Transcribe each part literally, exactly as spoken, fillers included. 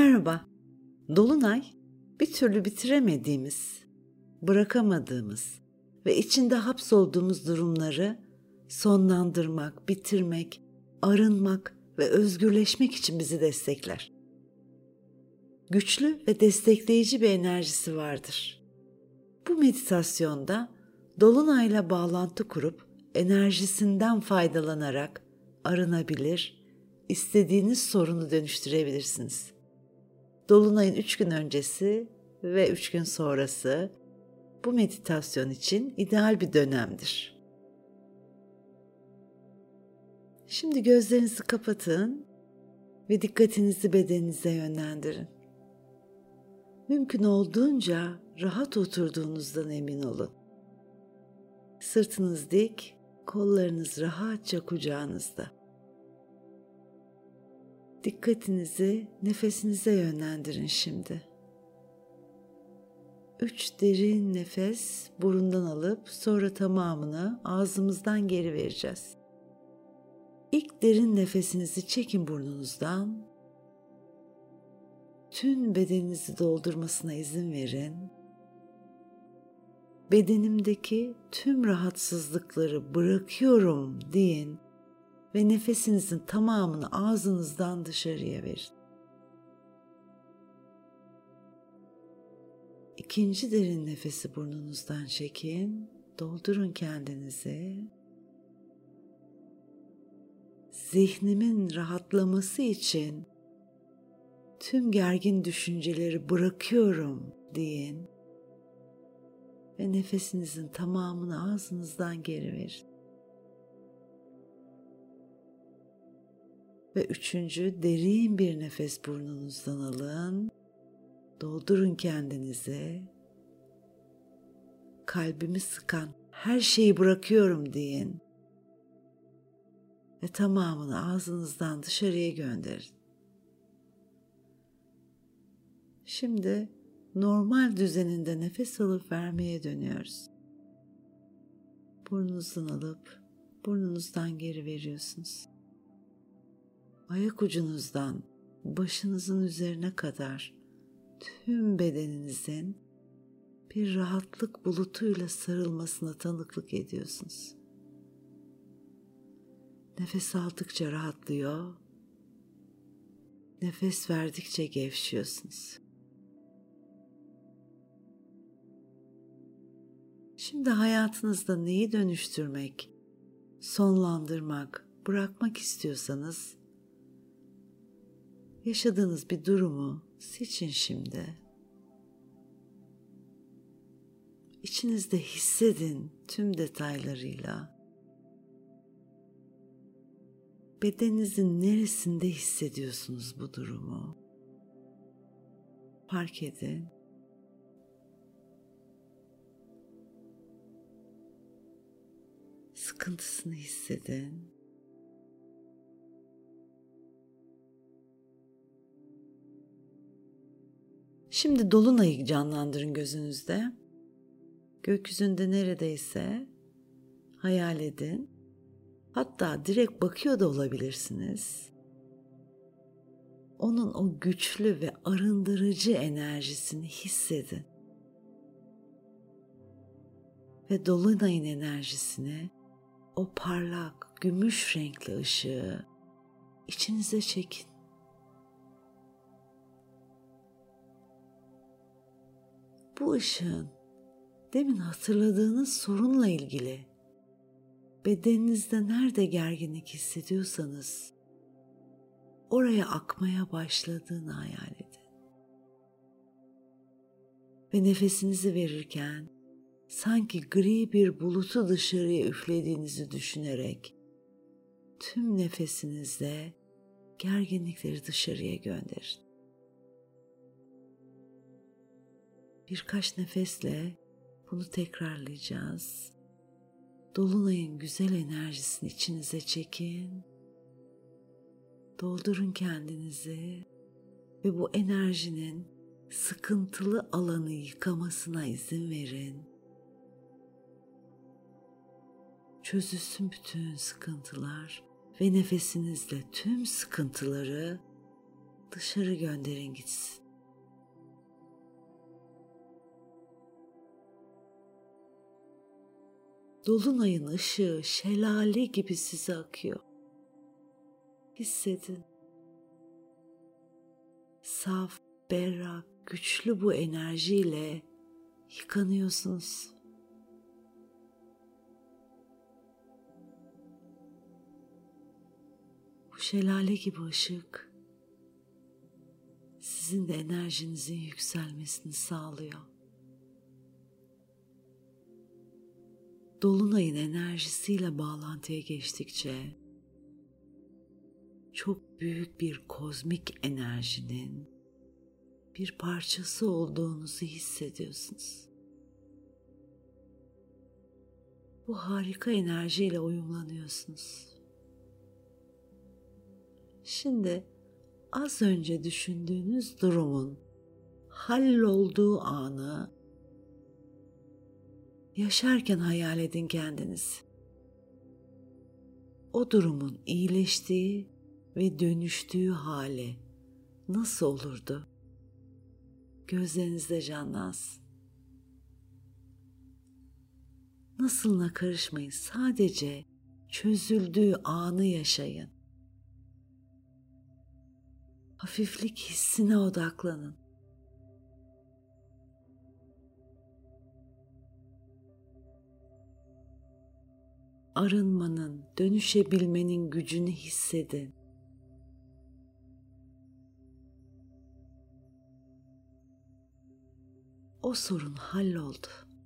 Merhaba. Dolunay, bir türlü bitiremediğimiz, bırakamadığımız ve içinde hapsolduğumuz durumları sonlandırmak, bitirmek, arınmak ve özgürleşmek için bizi destekler. Güçlü ve destekleyici bir enerjisi vardır. Bu meditasyonda Dolunay'la bağlantı kurup enerjisinden faydalanarak arınabilir, istediğiniz sorunu dönüştürebilirsiniz. Dolunay'ın üç gün öncesi ve üç gün sonrası bu meditasyon için ideal bir dönemdir. Şimdi gözlerinizi kapatın ve dikkatinizi bedeninize yönlendirin. Mümkün olduğunca rahat oturduğunuzdan emin olun. Sırtınız dik, kollarınız rahatça kucağınızda. Dikkatinizi nefesinize yönlendirin şimdi. Üç derin nefes burundan alıp sonra tamamını ağzımızdan geri vereceğiz. İlk derin nefesinizi çekin burnunuzdan. Tüm bedeninizi doldurmasına izin verin. Bedenimdeki tüm rahatsızlıkları bırakıyorum deyin ve nefesinizin tamamını ağzınızdan dışarıya verin. İkinci derin nefesi burnunuzdan çekin, doldurun kendinizi. Zihnimin rahatlaması için tüm gergin düşünceleri bırakıyorum deyin ve nefesinizin tamamını ağzınızdan geri verin. Ve üçüncü derin bir nefes burnunuzdan alın, doldurun kendinizi. Kalbimi sıkan her şeyi bırakıyorum deyin ve tamamını ağzınızdan dışarıya gönderin. Şimdi normal düzeninde nefes alıp vermeye dönüyoruz. Burnunuzdan alıp burnunuzdan geri veriyorsunuz. Ayak ucunuzdan başınızın üzerine kadar tüm bedeninizin bir rahatlık bulutuyla sarılmasına tanıklık ediyorsunuz. Nefes aldıkça rahatlıyor, nefes verdikçe gevşiyorsunuz. Şimdi hayatınızda neyi dönüştürmek, sonlandırmak, bırakmak istiyorsanız, yaşadığınız bir durumu seçin şimdi. İçinizde hissedin tüm detaylarıyla. Bedeninizin neresinde hissediyorsunuz bu durumu? Fark edin. Sıkıntısını hissedin. Şimdi dolunayı canlandırın gözünüzde. Gökyüzünde neredeyse hayal edin. Hatta direkt bakıyor da olabilirsiniz. Onun o güçlü ve arındırıcı enerjisini hissedin. Ve dolunayın enerjisini, o parlak, gümüş renkli ışığı içinize çekin. Bu ışığın demin hatırladığınız sorunla ilgili bedeninizde nerede gerginlik hissediyorsanız oraya akmaya başladığını hayal edin. Ve nefesinizi verirken sanki gri bir bulutu dışarıya üflediğinizi düşünerek tüm nefesinizle gerginlikleri dışarıya gönderin. Birkaç nefesle bunu tekrarlayacağız. Dolunayın güzel enerjisini içinize çekin. Doldurun kendinizi ve bu enerjinin sıkıntılı alanı yıkamasına izin verin. Çözülsün bütün sıkıntılar ve nefesinizle tüm sıkıntıları dışarı gönderin gitsin. Dolunayın ışığı şelale gibi size akıyor. Hissedin. Saf, berrak, güçlü bu enerjiyle yıkanıyorsunuz. Bu şelale gibi ışık sizin de enerjinizin yükselmesini sağlıyor. Dolunayın enerjisiyle bağlantıya geçtikçe çok büyük bir kozmik enerjinin bir parçası olduğunuzu hissediyorsunuz. Bu harika enerjiyle uyumlanıyorsunuz. Şimdi az önce düşündüğünüz durumun hallolduğu anı yaşarken hayal edin kendinizi. O durumun iyileştiği ve dönüştüğü hali nasıl olurdu? Gözlerinizde canlansın. Nasılına karışmayın, sadece çözüldüğü anı yaşayın. Hafiflik hissine odaklanın. Arınmanın, dönüşebilmenin gücünü hissedin. O sorun halloldu.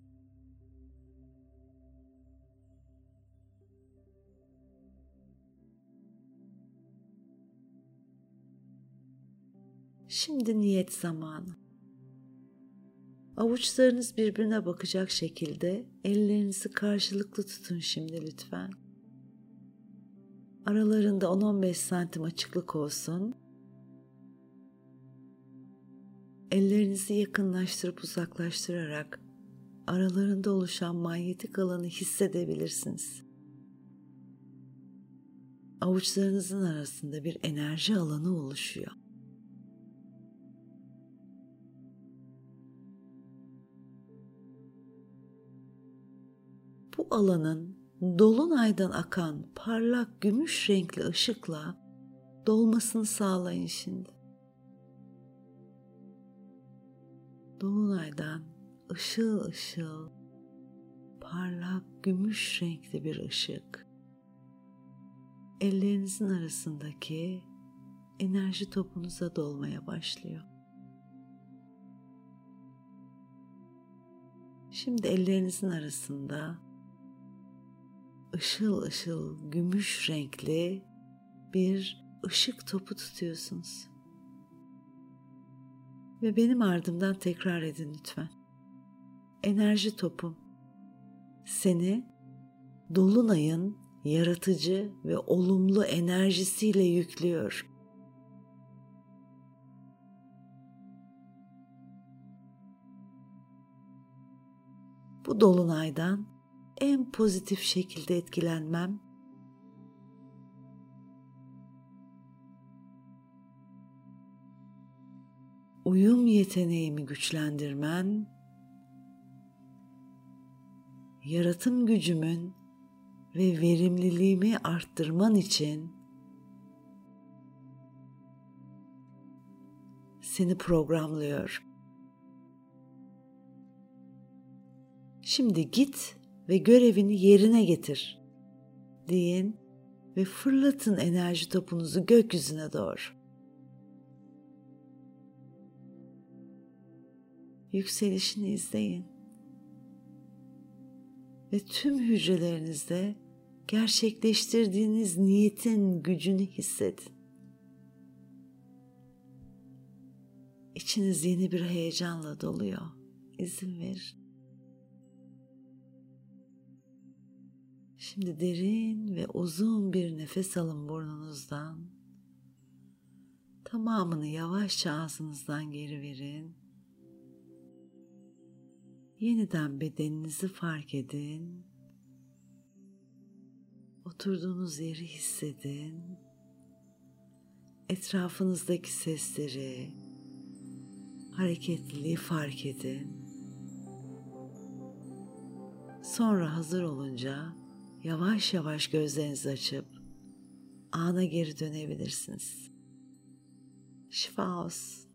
Şimdi niyet zamanı. Avuçlarınız birbirine bakacak şekilde ellerinizi karşılıklı tutun şimdi lütfen. Aralarında on on beş santim açıklık olsun. Ellerinizi yakınlaştırıp uzaklaştırarak aralarında oluşan manyetik alanı hissedebilirsiniz. Avuçlarınızın arasında bir enerji alanı oluşuyor. Bu alanın dolunaydan akan parlak gümüş renkli ışıkla dolmasını sağlayın şimdi. Dolunaydan ışıl ışıl, parlak gümüş renkli bir ışık ellerinizin arasındaki enerji topunuza dolmaya başlıyor. Şimdi ellerinizin arasında ışıl ışıl gümüş renkli bir ışık topu tutuyorsunuz. Ve benim ardımdan tekrar edin lütfen. Enerji topum seni dolunayın yaratıcı ve olumlu enerjisiyle yüklüyor. Bu dolunaydan en pozitif şekilde etkilenmem, uyum yeteneğimi güçlendirmen, yaratım gücümün ve verimliliğimi arttırman için seni programlıyor. Şimdi git ve görevini yerine getir deyin ve fırlatın enerji topunuzu gökyüzüne doğru. Yükselişini izleyin ve tüm hücrelerinizde gerçekleştirdiğiniz niyetin gücünü hissedin. İçiniz yeni bir heyecanla doluyor. İzin verin. Şimdi derin ve uzun bir nefes alın burnunuzdan. Tamamını yavaşça ağzınızdan geri verin. Yeniden bedeninizi fark edin. Oturduğunuz yeri hissedin. etrafınızdaki sesleri, hareketliliği fark edin. Sonra hazır olunca yavaş yavaş gözlerinizi açıp ana geri dönebilirsiniz. Şifa olsun.